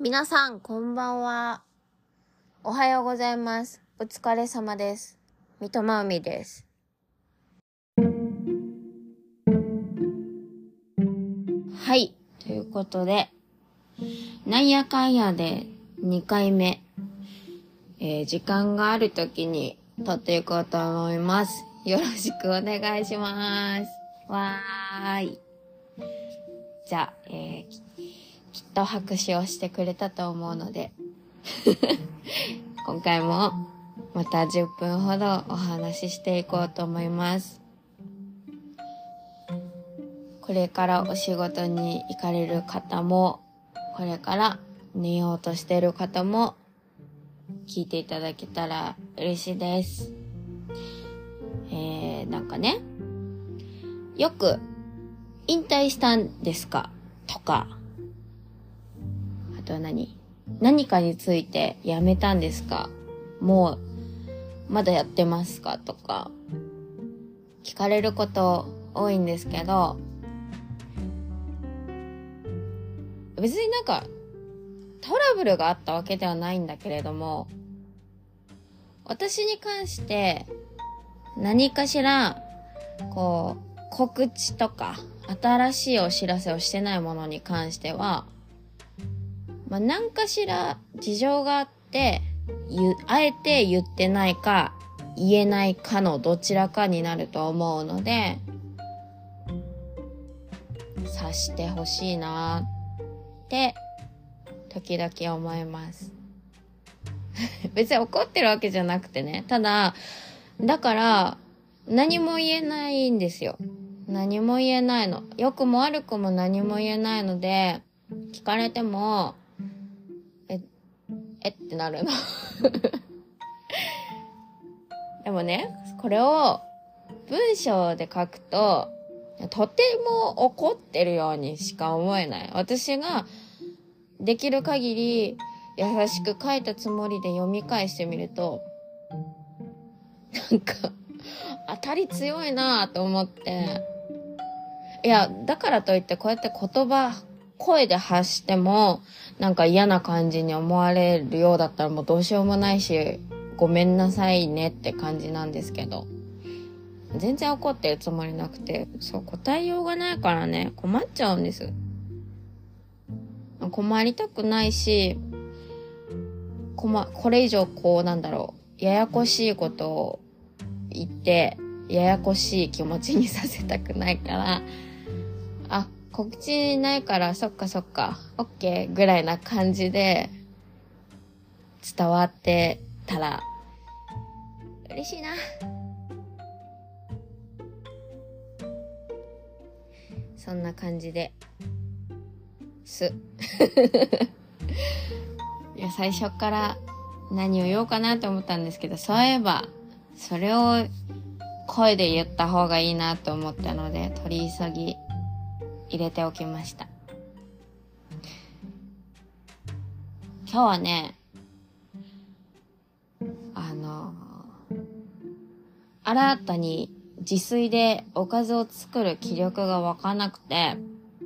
皆さん、こんばんは。おはようございます。お疲れ様です。三笘海です。はい。ということで、なんやかんやで2回目、時間があるときに撮っていこうと思います。よろしくお願いします。わーい。じゃあ、きっと拍手をしてくれたと思うので今回もまた10分ほどお話ししていこうと思います。これからお仕事に行かれる方も、これから寝ようとしている方も聞いていただけたら嬉しいです。なんかね、よく引退したんですかとか、あとは何かについてやめたんですか、もうまだやってますかとか聞かれること多いんですけど、別になんかトラブルがあったわけではないんだけれども、私に関して何かしらこう告知とか新しいお知らせをしてないものに関しては、何かしら事情があってあえて言ってないか言えないかのどちらかになると思うので、察してほしいなって時々思います別に怒ってるわけじゃなくてね、ただだから何も言えないんですよ。何も言えないの。良くも悪くも何も言えないので、聞かれてもってなるのでもね、これを文章で書くととても怒ってるようにしか思えない。私ができる限り優しく書いたつもりで読み返してみると、なんか当たり強いなと思って、いやだからといってこうやって声で発してもなんか嫌な感じに思われるようだったらもうどうしようもないし、ごめんなさいねって感じなんですけど、全然怒ってるつもりなくて、答えようがないからね、困っちゃうんです。困りたくないし、これ以上ややこしいことを言ってややこしい気持ちにさせたくないから、告知ないからそっかオッケーぐらいな感じで伝わってたら嬉しいな。そんな感じですいや最初から何を言おうかなと思ったんですけど、そういえばそれを声で言った方がいいなと思ったので取り急ぎ入れておきました。今日はね、新たに自炊でおかずを作る気力が湧かなくて、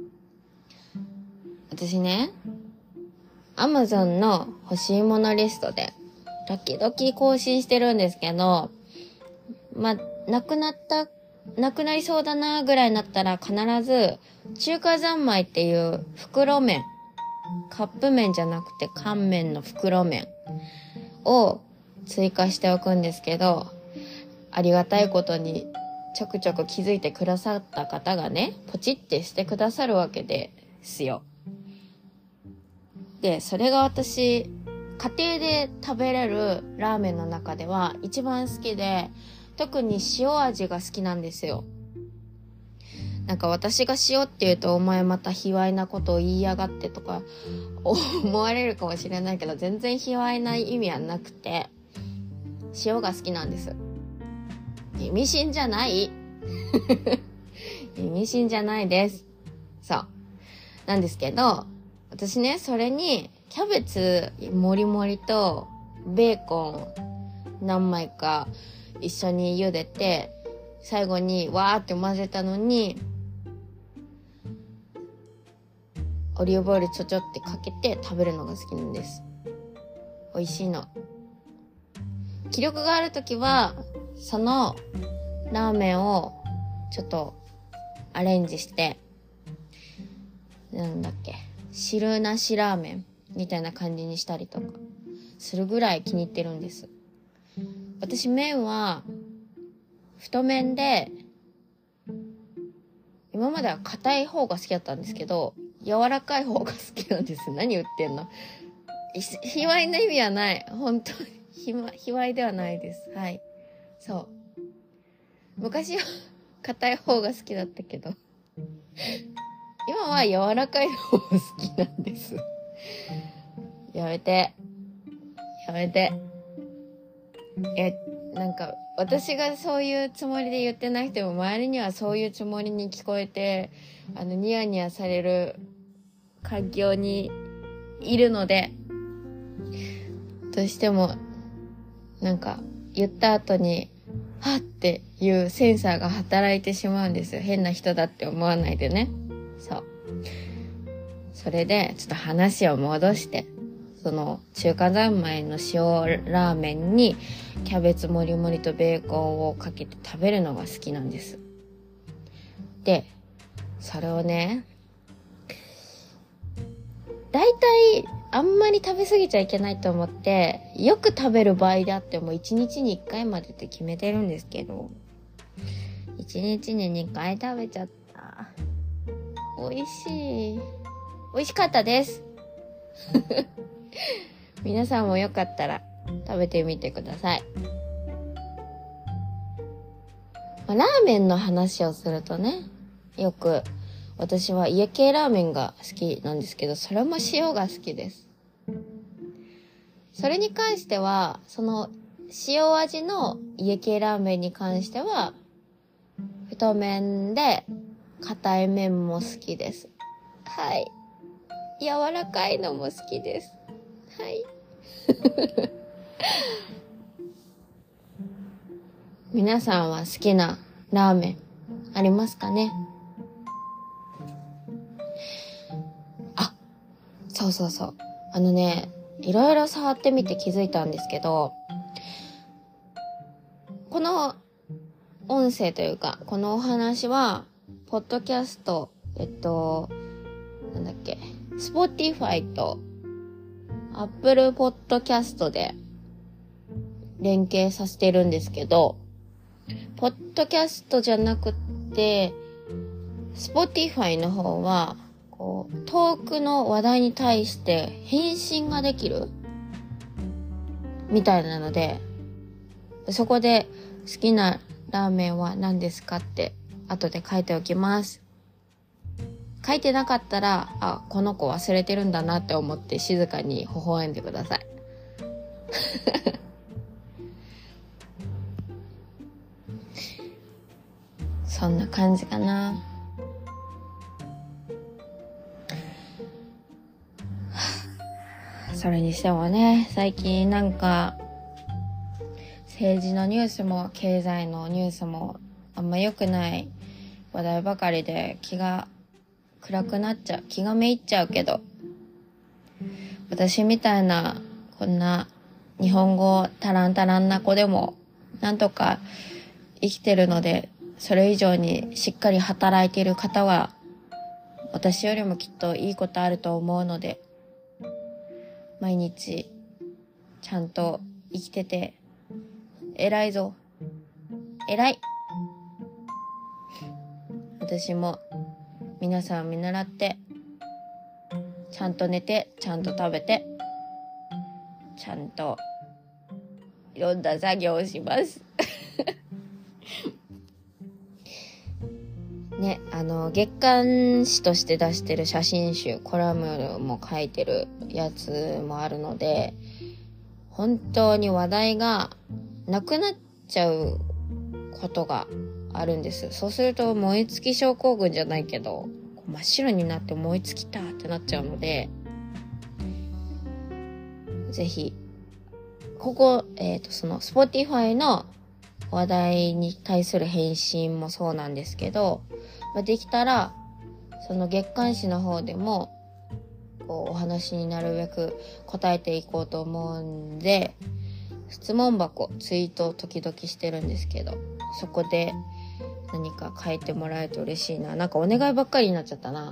私ね、Amazon の欲しいものリストで時々更新してるんですけど、なくなりそうだなぐらいになったら必ず中華三昧っていう袋麺、カップ麺じゃなくて乾麺の袋麺を追加しておくんですけど、ありがたいことにちょくちょく気づいてくださった方がね、ポチってしてくださるわけですよ。で、それが私、家庭で食べれるラーメンの中では一番好きで、特に塩味が好きなんですよ。なんか私が塩って言うとお前また卑猥なことを言いやがってとか思われるかもしれないけど、全然卑猥な意味はなくて、塩が好きなんです。意味深じゃない意味深じゃないです。そうなんですけど、私ね、それにキャベツもりもりとベーコン何枚か一緒に茹でて最後にわーって混ぜたのにオリーブオイルちょちょってかけて食べるのが好きなんです。美味しいの。気力があるときはそのラーメンをちょっとアレンジして、なんだっけ、汁なしラーメンみたいな感じにしたりとかするぐらい気に入ってるんです。私麺は太麺で、今までは硬い方が好きだったんですけど、柔らかい方が好きなんです。何言ってんの。卑猥な意味はない。本当に卑猥ではないです。はい。そう。昔は硬い方が好きだったけど、今は柔らかい方が好きなんです。やめて。なんか私がそういうつもりで言ってなくても、周りにはそういうつもりに聞こえて、ニヤニヤされる環境にいるので、どうしてもなんか言った後にはっていうセンサーが働いてしまうんです。変な人だって思わないでね。そう。それでちょっと話を戻して、その中華三昧の塩ラーメンにキャベツもりもりとベーコンをかけて食べるのが好きなんです。で、それをね、だいたいあんまり食べ過ぎちゃいけないと思って、よく食べる場合であっても1日に1回までって決めてるんですけど、1日に2回食べちゃった。美味しかったです皆さんもよかったら食べてみてください。ラーメンの話をするとね、よく私は家系ラーメンが好きなんですけど、それも塩が好きです。それに関しては、その塩味の家系ラーメンに関しては、太麺で硬い麺も好きです。はい。柔らかいのも好きです。はい。皆さんは好きなラーメンありますかね？あ、そう。いろいろ触ってみて気づいたんですけど、この音声というか、このお話は、ポッドキャスト、Spotify と Apple Podcast で連携させてるんですけど、ポッドキャストじゃなくて、Spotify の方は、トークの話題に対して返信ができるみたいなので、そこで好きなラーメンは何ですかって後で書いておきます。書いてなかったら、この子忘れてるんだなって思って静かに微笑んでください。そんな感じかな。それにしてもね、最近なんか政治のニュースも経済のニュースもあんま良くない話題ばかりで気が暗くなっちゃう、気がめいっちゃうけど、私みたいなこんな日本語タランタランな子でもなんとか生きてるので、それ以上にしっかり働いている方は私よりもきっといいことあると思うので、毎日ちゃんと生きてて偉いぞ、偉い。私も皆さん見習ってちゃんと寝て、ちゃんと食べて、ちゃんといろんな作業をしますね、月刊誌として出してる写真集、コラムも書いてるやつもあるので、本当に話題がなくなっちゃうことがあるんです。そうすると燃え尽き症候群じゃないけど、真っ白になって燃え尽きたってなっちゃうので、ぜひその Spotify の話題に対する返信もそうなんですけど、できたらその月刊誌の方でもこうお話になるべく答えていこうと思うんで、質問箱ツイート時々してるんですけど、そこで何か書いてもらえると嬉しいな。なんかお願いばっかりになっちゃったな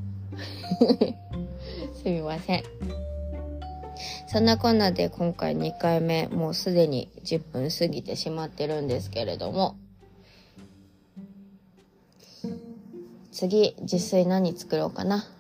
すみません。そんなこんなで今回2回目、もうすでに10分過ぎてしまってるんですけれども、次自炊何作ろうかな。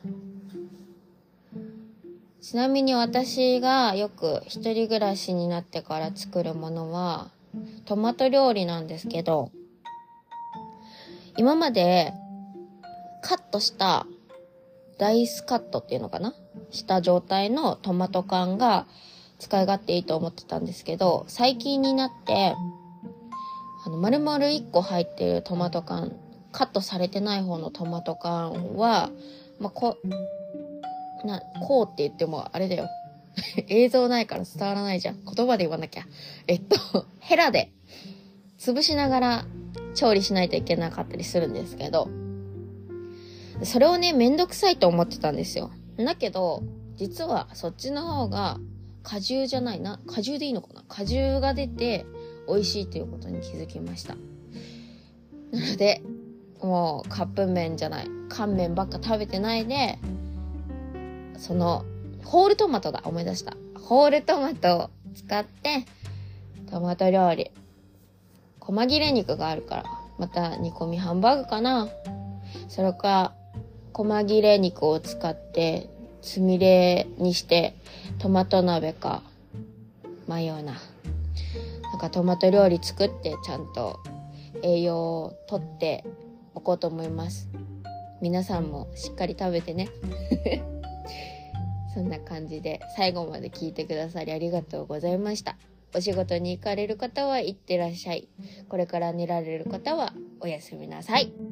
ちなみに私がよく一人暮らしになってから作るものはトマト料理なんですけど、今までカットしたダイスカットっていうのかな、した状態のトマト缶が使い勝手いいと思ってたんですけど、最近になって丸々1個入ってるトマト缶、カットされてない方のトマト缶は、こうって言ってもあれだよ映像ないから伝わらないじゃん、言葉で言わなきゃ。ヘラで潰しながら調理しないといけなかったりするんですけど、それをね、めんどくさいと思ってたんですよ。だけど実はそっちの方が果汁じゃないな、果汁でいいのかな、果汁が出て美味しいということに気づきました。なのでもうカップ麺じゃない、乾麺ばっか食べてないで、そのホールトマトだ、思い出した。ホールトマトを使ってトマト料理、細切れ肉があるからまた煮込みハンバーグかな、それか細切れ肉を使ってつみれにしてトマト鍋か迷うな。なんかトマト料理作ってちゃんと栄養をとっておこうと思います。皆さんもしっかり食べてねそんな感じで最後まで聞いてくださりありがとうございました。お仕事に行かれる方は行ってらっしゃい。これから寝られる方はおやすみなさい。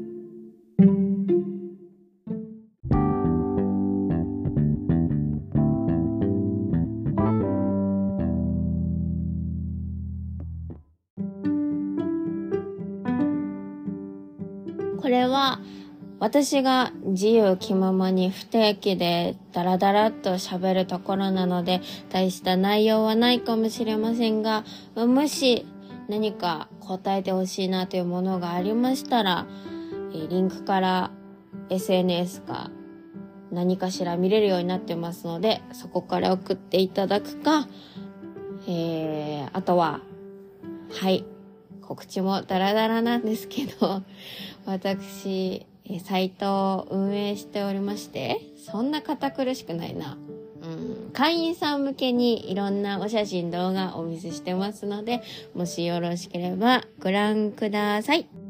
これは私が自由気ままに不定期でダラダラっと喋るところなので、大した内容はないかもしれませんが、もし何か答えてほしいなというものがありましたら、リンクから SNS か何かしら見れるようになってますので、そこから送っていただくか、あとは告知もダラダラなんですけど私サイトを運営しておりまして、そんな堅苦しくないな、会員さん向けにいろんなお写真動画お見せしてますので、もしよろしければご覧ください。